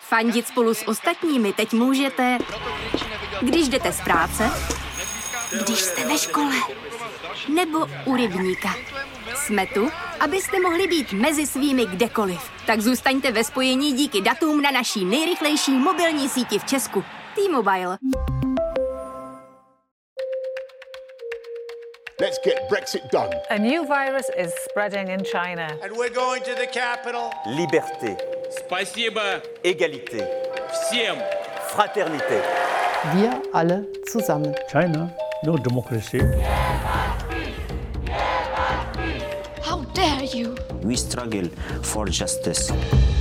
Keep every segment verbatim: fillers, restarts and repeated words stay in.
Fandit spolu s ostatními teď můžete, když jdete z práce, když jste ve škole, nebo u rybníka. Jsme tu, abyste mohli být mezi svými kdekoliv. Tak zůstaňte ve spojení díky datům na naší nejrychlejší mobilní síti v Česku. T-Mobile. Let's get Brexit done. A new virus is spreading in China. And we're going to the capital. Liberté. Спасибо. Égalité. Всем. Fraternité. Wir alle zusammen. China, no democracy. How dare you? We struggle for justice.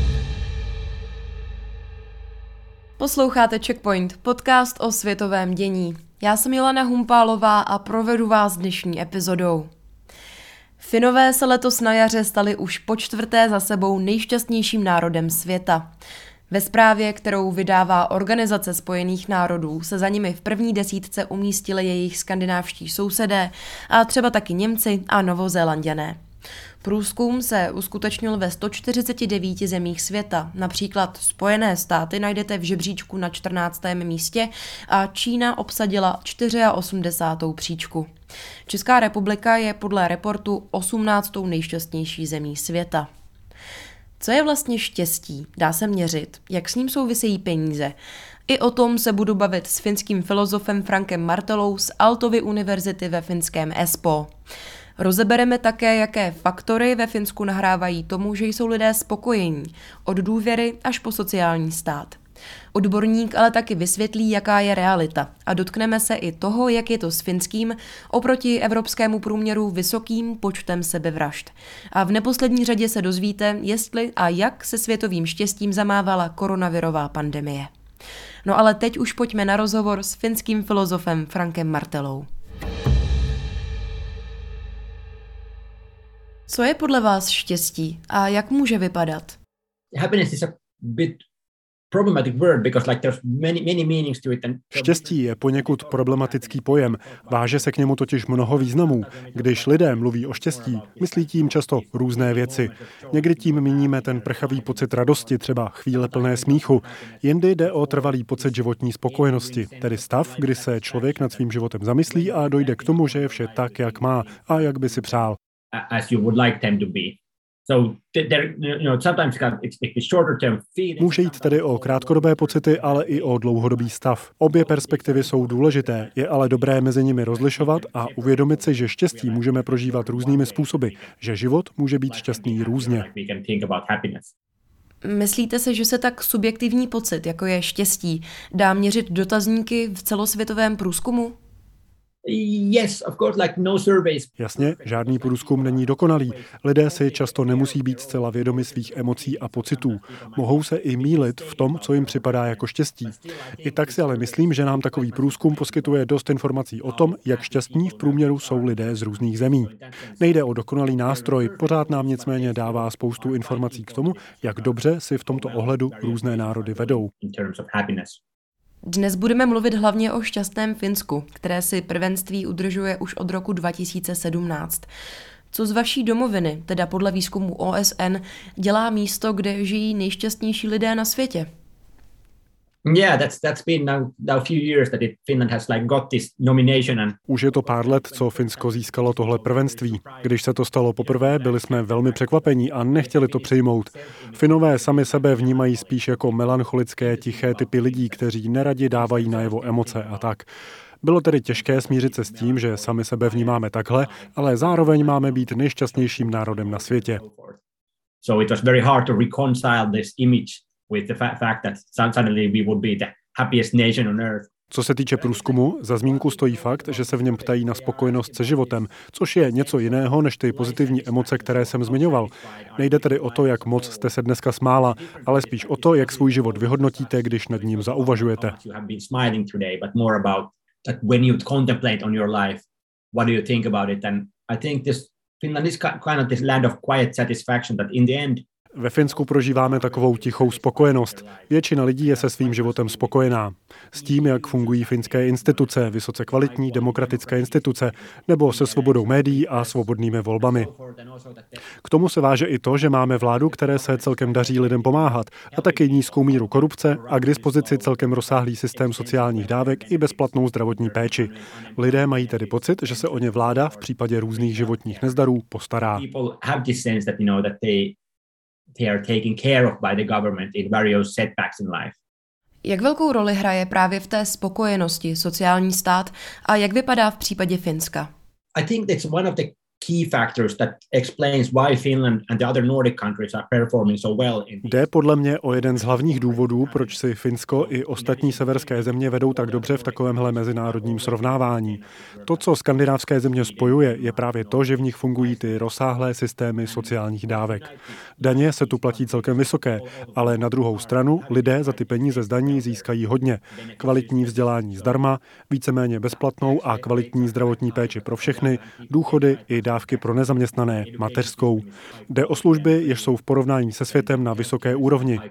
Posloucháte Checkpoint, podcast o světovém dění. Já jsem Jolana Humpálová a provedu vás dnešní epizodou. Finové se letos na jaře stali už po čtvrté za sebou nejšťastnějším národem světa. Ve zprávě, kterou vydává Organizace spojených národů, se za nimi v první desítce umístili jejich skandinávští sousedé a třeba taky Němci a Novozélanďané. Průzkum se uskutečnil ve sto čtyřiceti devíti zemích světa, například Spojené státy najdete v žebříčku na čtrnáctém místě a Čína obsadila osmdesátou čtvrtou příčku. Česká republika je podle reportu osmnáctou nejšťastnější zemí světa. Co je vlastně štěstí? Dá se měřit? Jak s ním souvisejí peníze? I o tom se budu bavit s finským filozofem Frankem Martelou z Aaltovy univerzity ve finském Espoo. Rozebereme také, jaké faktory ve Finsku nahrávají tomu, že jsou lidé spokojení, od důvěry až po sociální stát. Odborník ale taky vysvětlí, jaká je realita a dotkneme se i toho, jak je to s finským oproti evropskému průměru vysokým počtem sebevražd. A v neposlední řadě se dozvíte, jestli a jak se světovým štěstím zamávala koronavirová pandemie. No ale teď už pojďme na rozhovor s finským filozofem Frankem Martelou. Co je podle vás štěstí a jak může vypadat? Happiness is a bit problematic word because like there's many many meanings to it and Štěstí je poněkud problematický pojem, váže se k němu totiž mnoho významů. Když lidé mluví o štěstí, myslí tím často různé věci. Někdy tím míníme ten prchavý pocit radosti, třeba chvíle plné smíchu. Jindy jde o trvalý pocit životní spokojenosti, tedy stav, kdy se člověk nad svým životem zamyslí a dojde k tomu, že je vše tak, jak má a jak by si přál. as you would like them to be. So there, you know, sometimes it's the shorter term feeling. Může jít tedy o krátkodobé pocity, ale i o dlouhodobý stav. Obě perspektivy jsou důležité, je ale dobré mezi nimi rozlišovat a uvědomit si, že štěstí můžeme prožívat různými způsoby, že život může být šťastný různě. Myslíte si, že se tak subjektivní pocit, jako je štěstí, dá měřit dotazníky v celosvětovém průzkumu? Yes, of course, like no surveys. Jasně, žádný průzkum není dokonalý. Lidé si často nemusí být zcela vědomi svých emocí a pocitů. Mohou se i mýlit v tom, co jim připadá jako štěstí. I tak si ale myslím, že nám takový průzkum poskytuje dost informací o tom, jak šťastní v průměru jsou lidé z různých zemí. Nejde o dokonalý nástroj, pořád nám nicméně dává spoustu informací k tomu, jak dobře si v tomto ohledu různé národy vedou. Dnes budeme mluvit hlavně o šťastném Finsku, které si prvenství udržuje už od roku dva tisíce sedmnáct. Co z vaší domoviny, teda podle výzkumu O S N, dělá místo, kde žijí nejšťastnější lidé na světě? Yeah, that's that's been now, now a few years that it, Finland has like got this nomination and Už je to pár let, co Finsko získalo tohle prvenství. Když se to stalo poprvé, byli jsme velmi překvapení a nechtěli to přijmout. Finové sami sebe vnímají spíš jako melancholické, tiché typy lidí, kteří neradi dávají najevo emoce a tak. Bylo tedy těžké smířit se s tím, že sami sebe vnímáme takhle, ale zároveň máme být nejšťastnějším národem na světě. So it was very hard to reconcile this image with the fa- fact that suddenly we would be the happiest nation on earth. Co se týče průzkumu, za zmínku stojí fakt, že se v něm ptají na spokojenost se životem, což je něco jiného než ty pozitivní emoce, které jsem zmiňoval. Nejde tedy o to, jak moc jste se dneska smála, ale spíš o to, jak svůj život vyhodnotíte, když nad ním zauvažujete. Ve Finsku prožíváme takovou tichou spokojenost. Většina lidí je se svým životem spokojená. S tím, jak fungují finské instituce, vysoce kvalitní demokratické instituce, nebo se svobodou médií a svobodnými volbami. K tomu se váže i to, že máme vládu, které se celkem daří lidem pomáhat, a taky nízkou míru korupce a k dispozici celkem rozsáhlý systém sociálních dávek i bezplatnou zdravotní péči. Lidé mají tedy pocit, že se o ně vláda v případě různých životních nezdarů postará. They are taken care of by the government in various setbacks in life. Jak velkou roli hraje právě v té spokojenosti sociální stát a jak vypadá v případě Finska? I think that's one of the key factors that explains why Finland and the other Nordic countries are performing so well. Jde podle mě o jeden z hlavních důvodů, proč si Finsko i ostatní severské země vedou tak dobře v takovémhle mezinárodním srovnávání. To, co skandinávské země spojuje, je právě to, že v nich fungují ty rozsáhlé systémy sociálních dávek. Daně se tu platí celkem vysoké, ale na druhou stranu lidé za ty peníze z daní získají hodně. Kvalitní vzdělání zdarma, víceméně bezplatnou a kvalitní zdravotní péči pro všechny, důchody i dávky pro nezaměstnané, mateřskou. Jde o služby, jež jsou v porovnání se světem na vysoké úrovni.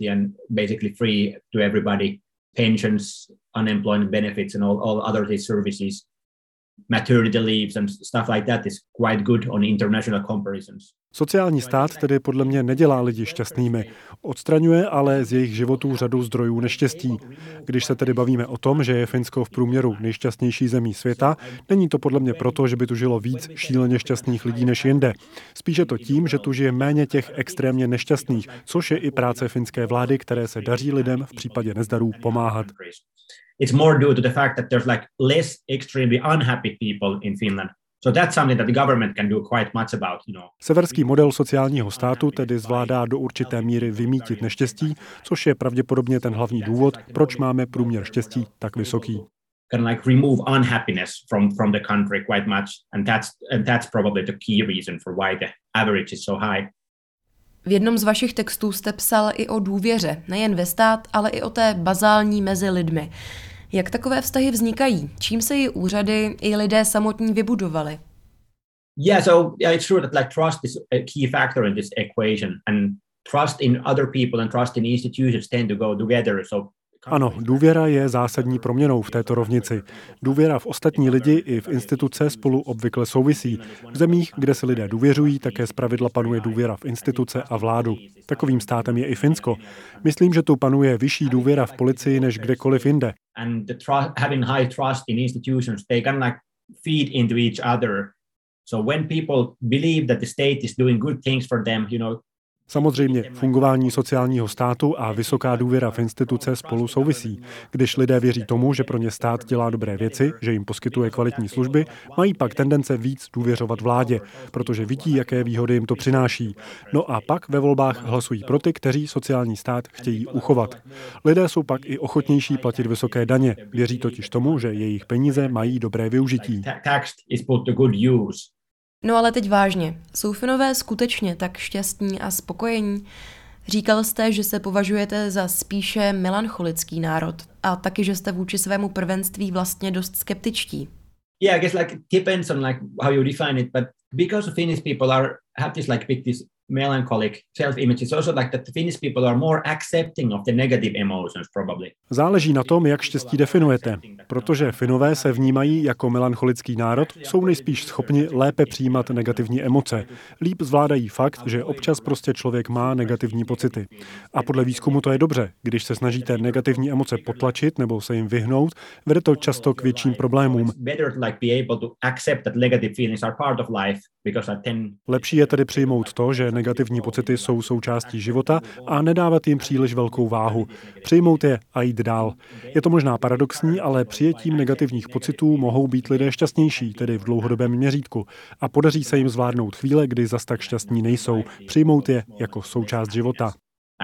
Maternity leaves and stuff like that is quite good on international comparisons. Sociální stát tedy podle mě nedělá lidi šťastnými, odstraňuje ale z jejich životů řadu zdrojů neštěstí. Když se tedy bavíme o tom, že je Finsko v průměru nejšťastnější zemí světa, není to podle mě proto, že by tu žilo víc šíleně šťastných lidí než jinde. Spíše to tím, že tu žije méně těch extrémně nešťastných, což je i práce finské vlády, které se daří lidem v případě nezdarů pomáhat. It's more due to the fact that there's like less extremely unhappy people in Finland. So that's something that the government can do quite much about, you know. Severský model sociálního státu tedy zvládá do určité míry vymítit neštěstí, což je pravděpodobně ten hlavní důvod, proč máme průměr štěstí tak vysoký. Kind of like remove unhappiness from from the country quite much, and that's and that's probably the key reason for why the average is so high. V jednom z vašich textů jste psal i o důvěře, nejen ve stát, ale i o té bazální mezi lidmi. Jak takové vztahy vznikají? Čím se ji úřady i lidé samotní vybudovali? Yeah, so yeah, it's true that like trust is a key factor in this equation, and trust in other people and trust in institutions tend to go together. So ano, důvěra je zásadní proměnou v této rovnici. Důvěra v ostatní lidi i v instituce spolu obvykle souvisí. V zemích, kde se lidé důvěřují, také zpravidla panuje důvěra v instituce a vládu. Takovým státem je i Finsko. Myslím, že tu panuje vyšší důvěra v policii než kdekoliv jinde. And the trust, having high trust in institutions, they can like feed into each other. So when people believe that the state is doing good things for them, you know, samozřejmě fungování sociálního státu a vysoká důvěra v instituce spolu souvisí. Když lidé věří tomu, že pro ně stát dělá dobré věci, že jim poskytuje kvalitní služby, mají pak tendence víc důvěřovat vládě, protože vidí, jaké výhody jim to přináší. No a pak ve volbách hlasují pro ty, kteří sociální stát chtějí uchovat. Lidé jsou pak i ochotnější platit vysoké daně. Věří totiž tomu, že jejich peníze mají dobré využití. No ale teď vážně, jsou Finové skutečně tak šťastní a spokojení? Říkal jste, že se považujete za spíše melancholický národ a taky, že jste vůči svému prvenství vlastně dost skeptičtí. Yeah, I guess like it depends on like how you define it, but because Finnish people are have this like big this melancholic self-image, it's also like that the Finnish people are more accepting of the negative emotions probably. Záleží na tom, jak štěstí definujete. Protože Finové se vnímají jako melancholický národ, jsou nejspíš schopni lépe přijímat negativní emoce. Líp zvládají fakt, že občas prostě člověk má negativní pocity. A podle výzkumu to je dobře. Když se snažíte negativní emoce potlačit nebo se jim vyhnout, vede to často k větším problémům. Lepší je tedy přijmout to, že negativní pocity jsou součástí života a nedávat jim příliš velkou váhu. Přijmout je a jít dál. Je to možná paradoxní, ale přijetím negativních pocitů mohou být lidé šťastnější, tedy v dlouhodobém měřítku. A podaří se jim zvládnout chvíle, kdy zas tak šťastní nejsou. Přijmout je jako součást života.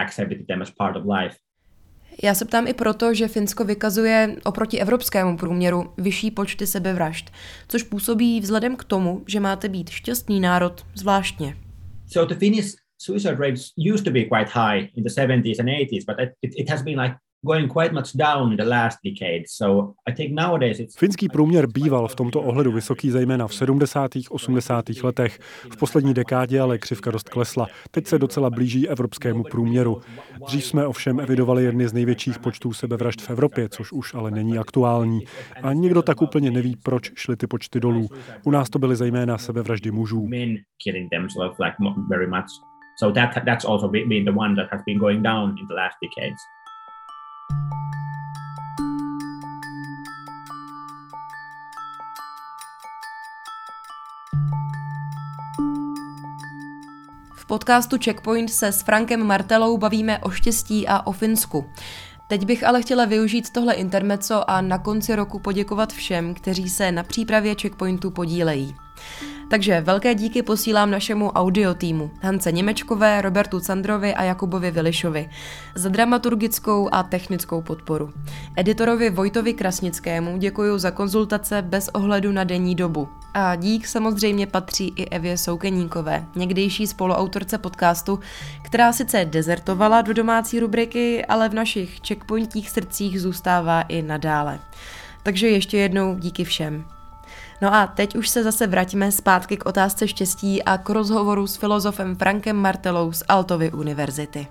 Já se ptám i proto, že Finsko vykazuje oproti evropskému průměru vyšší počty sebevražd, což působí vzhledem k tomu, že máte být šťastný národ zvláštně. So the Finnish suicide rates used to be quite high in the seventies and eighties, but it, it has been like going quite much down in the last decade. So I think nowadays it's... Finský průměr býval v tomto ohledu vysoký zejména v sedmdesátých osmdesátých letech. V poslední dekádě ale křivka dost klesla. Teď se docela blíží evropskému průměru. Dřív jsme ovšem evidovali jedny z největších počtů sebevražd v Evropě, což už ale není aktuální. A nikdo tak úplně neví, proč šly ty počty dolů. U nás to byly zejména sebevraždy mužů. So that that's also been the one that has been going down in the last decades. V podcastu Checkpoint se s Frankem Martelou bavíme o štěstí a o Finsku. Teď bych ale chtěla využít tohle intermezzo a na konci roku poděkovat všem, kteří se na přípravě Checkpointu podílejí. Takže velké díky posílám našemu audio týmu, Hance Němečkové, Robertu Candrovi a Jakubovi Vilišovi za dramaturgickou a technickou podporu. Editorovi Vojtovi Krasnickému děkuji za konzultace bez ohledu na denní dobu. A dík samozřejmě patří i Evě Soukeníkové, někdejší spoluautorce podcastu, která sice dezertovala do domácí rubriky, ale v našich checkpointích srdcích zůstává i nadále. Takže ještě jednou díky všem. No a teď už se zase vraťme zpátky k otázce štěstí a k rozhovoru s filozofem Frankem Martelou z Aaltovy univerzity.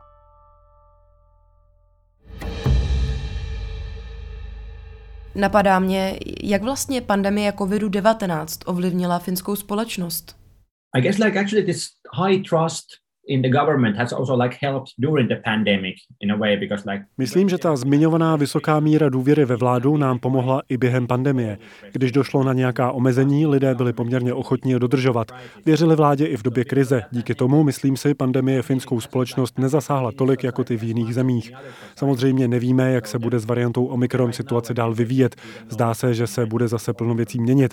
Napadá mě, jak vlastně pandemie covidu devatenáct ovlivnila finskou společnost? I guess like actually this high trust in the government has also like helped during the pandemic in a way because like Myslím, že ta zmiňovaná vysoká míra důvěry ve vládu nám pomohla i během pandemie. Když došlo na nějaká omezení, lidé byli poměrně ochotní je dodržovat. Věřili vládě i v době krize. Díky tomu, myslím si, pandemie finskou společnost nezasáhla tolik jako ty v jiných zemích. Samozřejmě nevíme, jak se bude s variantou Omikron situace dál vyvíjet. Zdá se, že se bude zase plno věcí měnit.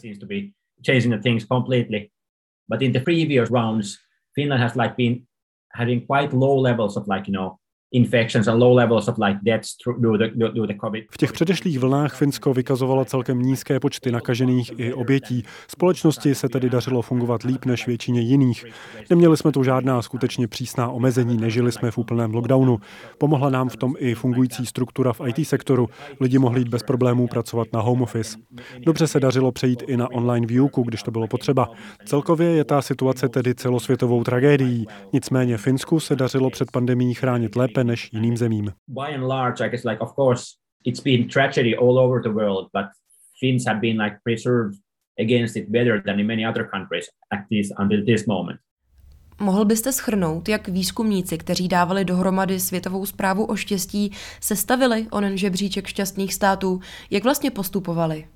But in the previous rounds, Finland has like been having quite low levels of like, you know, infections and low levels of like deaths due to, due to the COVID. V těch předešlých vlnách Finsko vykazovalo celkem nízké počty nakažených i obětí. Společnosti se tedy dařilo fungovat líp než většině jiných. Neměli jsme tu žádná skutečně přísná omezení, nežili jsme v úplném lockdownu. Pomohla nám v tom i fungující struktura v í té sektoru. Lidi mohli jít bez problémů pracovat na home office. Dobře se dařilo přejít i na online výuku, když to bylo potřeba. Celkově je ta situace tedy celosvětovou tragédií. Nicméně Finsku se dařilo před pandemií chránit lépe než jiným zemím. By and large, I guess like of course it's been tragedy all over the world, but Finns have been like preserved against it better than in many other countries at this until this moment. Mohl byste shrnout, jak výzkumníci, kteří dávali dohromady světovou zprávu o štěstí, sestavili onen žebříček šťastných států, jak vlastně postupovali?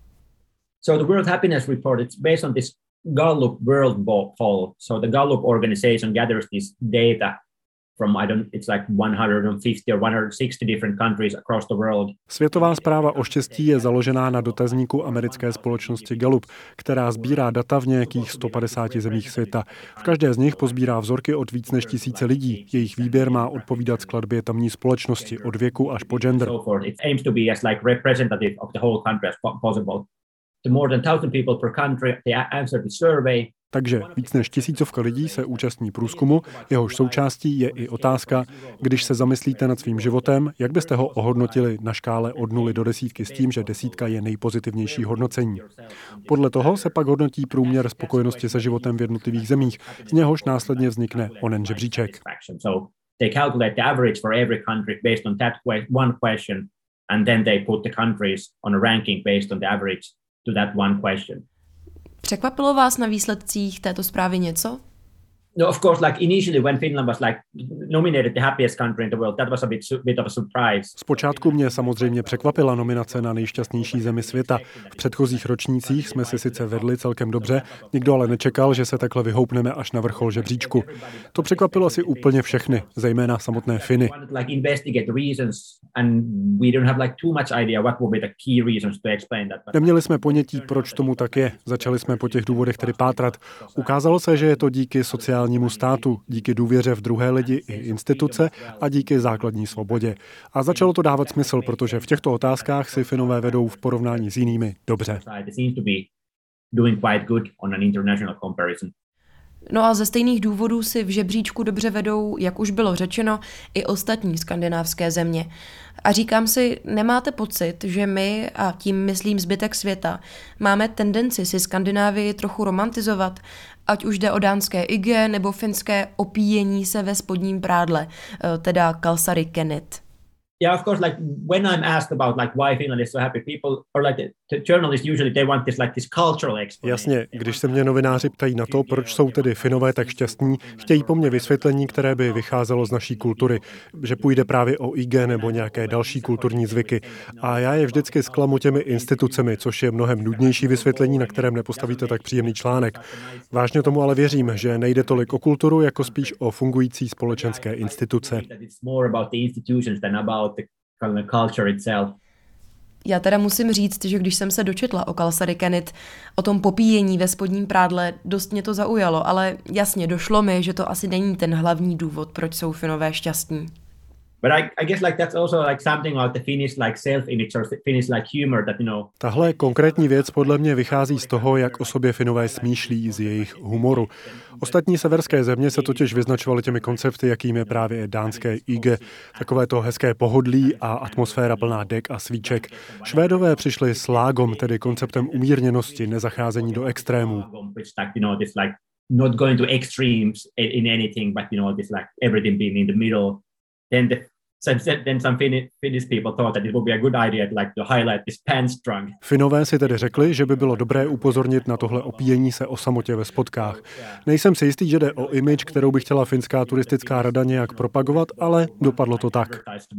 So the World Happiness Report, it's based on this Gallup World Poll. So the Gallup organization gathers this data from I don't it's like one hundred fifty or one hundred sixty different countries across the world. Světová zpráva o štěstí je založená na dotazníku americké společnosti Gallup, která sbírá data v nějakých sto padesáti zemích světa. V každé z nich pozbírá vzorky od víc než tisíce lidí. Jejich výběr má odpovídat skladbě tamní společnosti od věku až po gender. It aims to be as like representative of the whole country as possible. The more than thousand people per country they answer the survey. Takže víc než tisícovka lidí se účastní průzkumu, jehož součástí je i otázka, když se zamyslíte nad svým životem, jak byste ho ohodnotili na škále od nuly do desítky s tím, že desítka je nejpozitivnější hodnocení. Podle toho se pak hodnotí průměr spokojenosti se životem v jednotlivých zemích, z něhož následně vznikne onen žebříček. They calculate the average for every country based on that one question and then they put the countries on a ranking based on the average to that one question. Překvapilo vás na výsledcích této zprávy něco? No, of course, like initially when Finland was like nominated the happiest country in the world, that was a bit, bit of a surprise. Zpočátku mě samozřejmě překvapila nominace na nejšťastnější zemi světa. V předchozích ročnících jsme si sice vedli celkem dobře, nikdo ale nečekal, že se takhle vyhoupneme až na vrchol žebříčku. To překvapilo asi úplně všechny, zejména samotné Finy. Neměli jsme ponětí, proč tomu tak je. Začali jsme po těch důvodech tedy pátrat. Ukázalo se, že je to díky sociálnímu státu, díky důvěře v druhé lidi i instituce a díky základní svobodě. A začalo to dávat smysl, protože v těchto otázkách si Finové vedou v porovnání s jinými dobře. No a ze stejných důvodů si v žebříčku dobře vedou, jak už bylo řečeno, i ostatní skandinávské země. A říkám si, nemáte pocit, že my, a tím myslím zbytek světa, máme tendenci si Skandinávii trochu romantizovat, ať už jde o dánské I G nebo finské opíjení se ve spodním prádle, teda kalsari kenit. Yeah, of course, like when I'm asked about like why Finland is so happy, people or like the, the journalists usually they want this like this cultural explanation. Jasně, když se mě novináři ptají na to, proč jsou tedy Finové tak šťastní, chtějí po mně vysvětlení, které by vycházelo z naší kultury, že půjde právě o I G nebo nějaké další kulturní zvyky. A já je vždycky zklamu těmi institucemi, což je mnohem nudnější vysvětlení, na kterém nepostavíte tak příjemný článek. Vážně tomu ale věřím, že nejde tolik o kulturu, jako spíš o fungující společenské instituce. Já teda musím říct, že když jsem se dočetla o kalsari kenit, o tom popíjení ve spodním prádle, dost mě to zaujalo, ale jasně došlo mi, že to asi není ten hlavní důvod, proč jsou Finové šťastní. But I, I guess like that's also like something about the Finnish like self-image or Finnish like humor that you know. Tahle konkrétní věc podle mě vychází z toho, jak o sobě Finové smýšlí, z jejich humoru. Ostatní severské země se totiž vyznačovaly těmi koncepty, jakým je právě dánské I G, takové to hezké pohodlí a atmosféra plná dek a svíček. Švédové přišli s lágom, tedy konceptem umírněnosti, nezacházení do extrémů. Not going to extremes in anything, but you know this like everything being in the middle. Then the then some Finnish people thought that it would be a good idea to like to highlight this pants drunk. Finové si tedy řekli, že by bylo dobré upozornit na tohle opíjení se o samotě ve spodkách. Nejsem si jistý, že jde o image, kterou by chtěla finská turistická rada nějak propagovat, ale dopadlo to tak.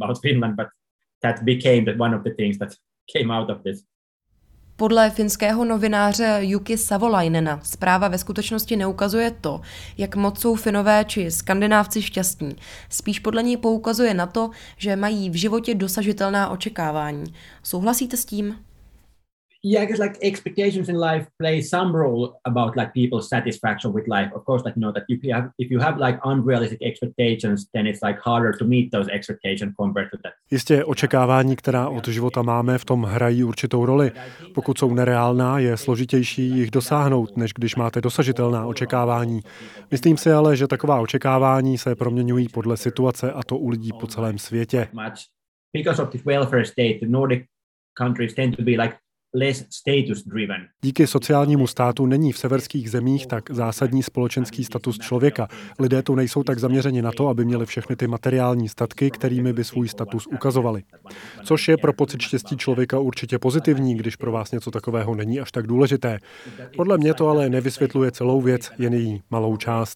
Podle finského novináře Jukki Savolainena zpráva ve skutečnosti neukazuje to, jak moc jsou Finové či Skandinávci šťastní. Spíš podle něj poukazuje na to, že mají v životě dosažitelná očekávání. Souhlasíte s tím? Yeah, I guess like expectations in life play some role about like people's satisfaction with life. Of course, like you know that if you have if you have like unrealistic expectations, then it's like harder to meet those expectations compared to that. Jistě očekávání, která od života máme, v tom hrají určitou roli. Pokud jsou nereálná, je složitější jich dosáhnout, než když máte dosažitelná očekávání. Myslím si ale, že taková očekávání se proměňují podle situace, a to u lidí po celém světě. Because of this welfare state, the Nordic countries tend to be like less status driven. Díky sociálnímu státu není v severských zemích tak zásadní společenský status člověka. Lidé tu nejsou tak zaměřeni na to, aby měli všechny ty materiální statky, kterými by svůj status ukazovali. Což je pro pocit štěstí člověka určitě pozitivní, když pro vás něco takového není až tak důležité. Podle mě to ale nevysvětluje celou věc, jen její malou část.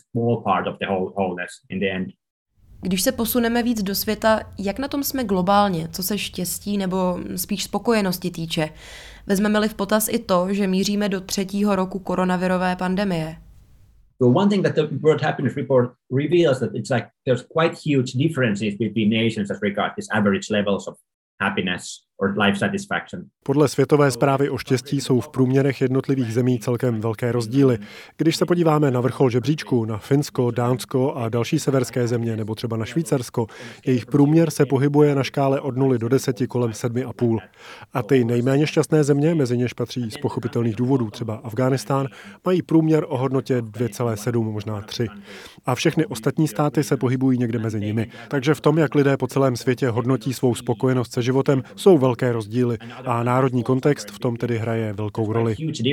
Když se posuneme víc do světa, jak na tom jsme globálně, co se štěstí nebo spíš spokojenosti týče? Vezmeme-li v potaz i to, že míříme do třetího roku koronavirové pandemie? So one thing that the World Happiness Report reveals that it's like there's quite huge differences between nations as regards these average levels of happiness or life satisfaction. Podle světové zprávy o štěstí jsou v průměrech jednotlivých zemí celkem velké rozdíly. Když se podíváme na vrchol žebříčku, na Finsko, Dánsko a další severské země, nebo třeba na Švýcarsko, jejich průměr se pohybuje na škále od nuly do deseti kolem sedmi a půl. A ty nejméně šťastné země, mezi něž patří z pochopitelných důvodů třeba Afghánistán, mají průměr o hodnotě dvě celá sedm, možná tři. A všechny ostatní státy se pohybují někde mezi nimi. Takže v tom, jak lidé po celém světě hodnotí svou spokojenost se životem, jsou velké rozdíly a národní kontext v tom tedy hraje velkou roli.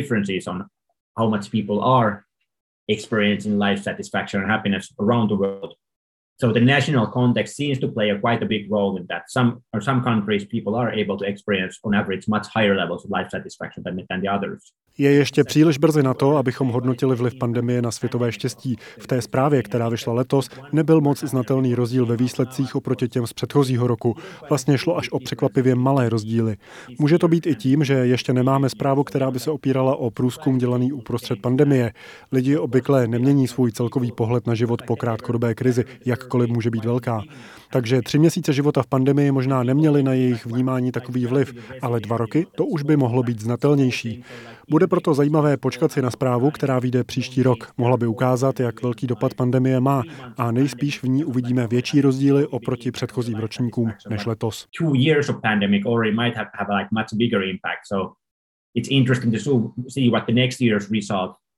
So the national context seems to play a quite a big role in that. Some or some countries people are able to experience on average much higher levels of life satisfaction than, than the others. Je ještě příliš brzy na to, abychom hodnotili vliv pandemie na světové štěstí. V té zprávě, která vyšla letos, nebyl moc znatelný rozdíl ve výsledcích oproti těm z předchozího roku. Vlastně šlo až o překvapivě malé rozdíly. Může to být i tím, že ještě nemáme zprávu, která by se opírala o průzkum dělaný uprostřed pandemie. Lidi obvykle nemění svůj celkový pohled na život po krátkodobé krizi, jakkoliv může být velká. Takže tři měsíce života v pandemii možná neměli na jejich vnímání takový vliv, ale dva roky to už by mohlo být znatelnější. Bude proto zajímavé počkat si na zprávu, která vyjde příští rok. Mohla by ukázat, jak velký dopad pandemie má a nejspíš v ní uvidíme větší rozdíly oproti předchozím ročníkům než letos. Two years of pandemic already might have, have like much bigger impact. So it's interesting to see what the next year's result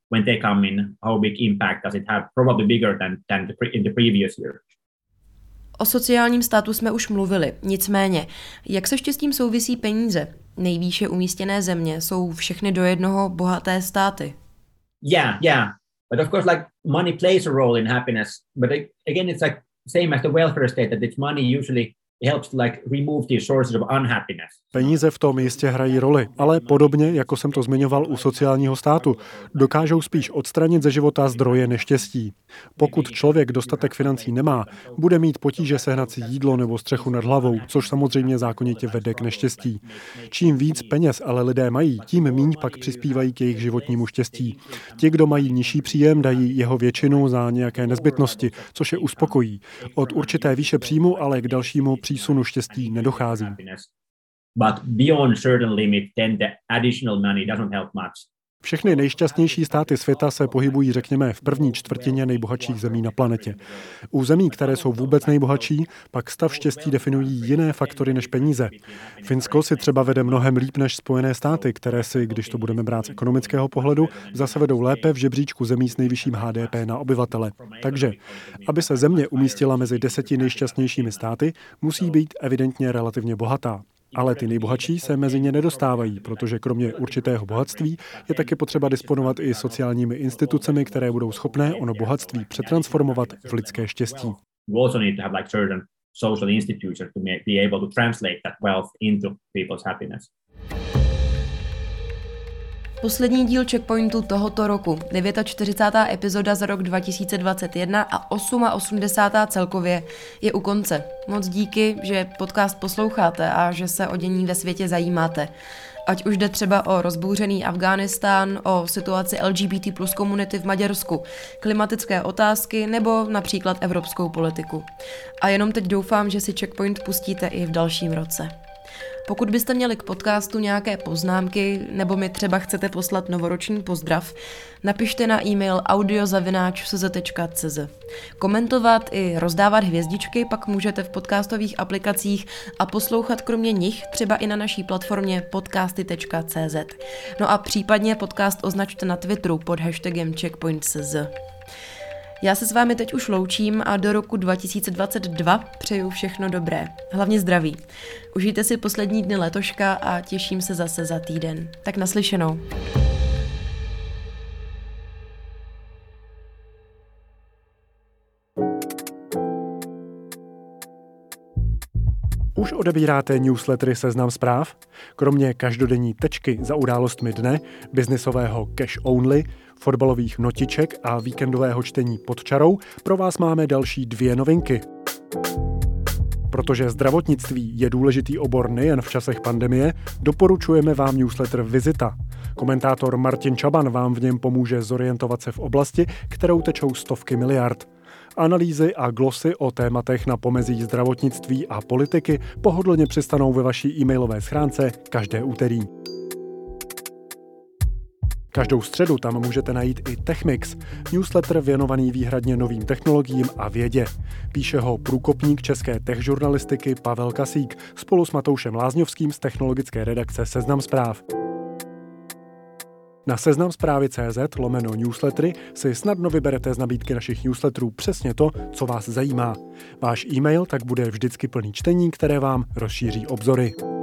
when they come in, how big impact does it have? Probably bigger than, than the pre- in the previous year. O sociálním státu jsme už mluvili, nicméně, jak se štěstím souvisí peníze? Nejvýše umístěné země jsou všechny do jednoho bohaté státy. Yeah, yeah. But of course, like money plays a role in happiness. But again, it's like same as the welfare state, that it's money usually helps to like remove these sources of unhappiness. Peníze v tom jistě hrají roli, ale podobně, jako jsem to zmiňoval u sociálního státu, dokážou spíš odstranit ze života zdroje neštěstí. Pokud člověk dostatek financí nemá, bude mít potíže sehnat si jídlo nebo střechu nad hlavou, což samozřejmě zákonitě vede k neštěstí. Čím víc peněz ale lidé mají, tím míň pak přispívají k jejich životnímu štěstí. Ti, kdo mají nižší příjem, dají jeho většinu za nějaké nezbytnosti, což je uspokojí. Od určité výše příjmu ale k dalšímu přísunu štěstí nedochází. But beyond certain limit, then the additional money doesn't help much. Všechny nejšťastnější státy světa se pohybují, řekněme, v první čtvrtině nejbohatších zemí na planetě. U zemí, které jsou vůbec nejbohatší, pak stav štěstí definují jiné faktory než peníze. Finsko si třeba vede mnohem líp než Spojené státy, které si, když to budeme brát z ekonomického pohledu, zase vedou lépe v žebříčku zemí s nejvyšším H D P na obyvatele. Takže, aby se země umístila mezi deseti nejšťastnějšími státy, musí být evidentně relativně bohatá. Ale ty nejbohatší se mezi ně nedostávají, protože kromě určitého bohatství je taky potřeba disponovat i sociálními institucemi, které budou schopné ono bohatství přetransformovat v lidské štěstí. Poslední díl Checkpointu tohoto roku, čtyřicátá devátá epizoda za rok dva tisíce dvacet jedna a osmdesátá osmá celkově, je u konce. Moc díky, že podcast posloucháte a že se o dění ve světě zajímáte. Ať už jde třeba o rozbouřený Afghánistán, o situaci L G B T plus komunity v Maďarsku, klimatické otázky nebo například evropskou politiku. A jenom teď doufám, že si Checkpoint pustíte i v dalším roce. Pokud byste měli k podcastu nějaké poznámky nebo mi třeba chcete poslat novoroční pozdrav, napište na e-mail audio zavináč c z tečka c z. Komentovat i rozdávat hvězdičky pak můžete v podcastových aplikacích a poslouchat kromě nich třeba i na naší platformě podcasty tečka c z. No a případně podcast označte na Twitteru pod hashtagem checkpoint tečka c z. Já se s vámi teď už loučím a do roku dva tisíce dvacet dva přeju všechno dobré. Hlavně zdraví. Užijte si poslední dny letoška a těším se zase za týden. Tak naslyšenou. Už odebíráte newslettery Seznam zpráv? Kromě každodenní tečky za událostmi dne, biznisového cash only, fotbalových notiček a víkendového čtení pod čarou pro vás máme další dvě novinky. Protože zdravotnictví je důležitý obor nejen v časech pandemie, doporučujeme vám newsletter Vizita. Komentátor Martin Čaban vám v něm pomůže zorientovat se v oblasti, kterou tečou stovky miliard. Analýzy a glosy o tématech na pomezí zdravotnictví a politiky pohodlně přistanou ve vaší e-mailové schránce každé úterý. Každou středu tam můžete najít i TechMix, newsletter věnovaný výhradně novým technologiím a vědě. Píše ho průkopník české tech žurnalistiky Pavel Kasík spolu s Matoušem Lázňovským z technologické redakce Seznam zpráv. Na seznam zprávy tečka cé zet lomeno newslettery si snadno vyberete z nabídky našich newsletterů přesně to, co vás zajímá. Váš e-mail tak bude vždycky plný čtení, které vám rozšíří obzory.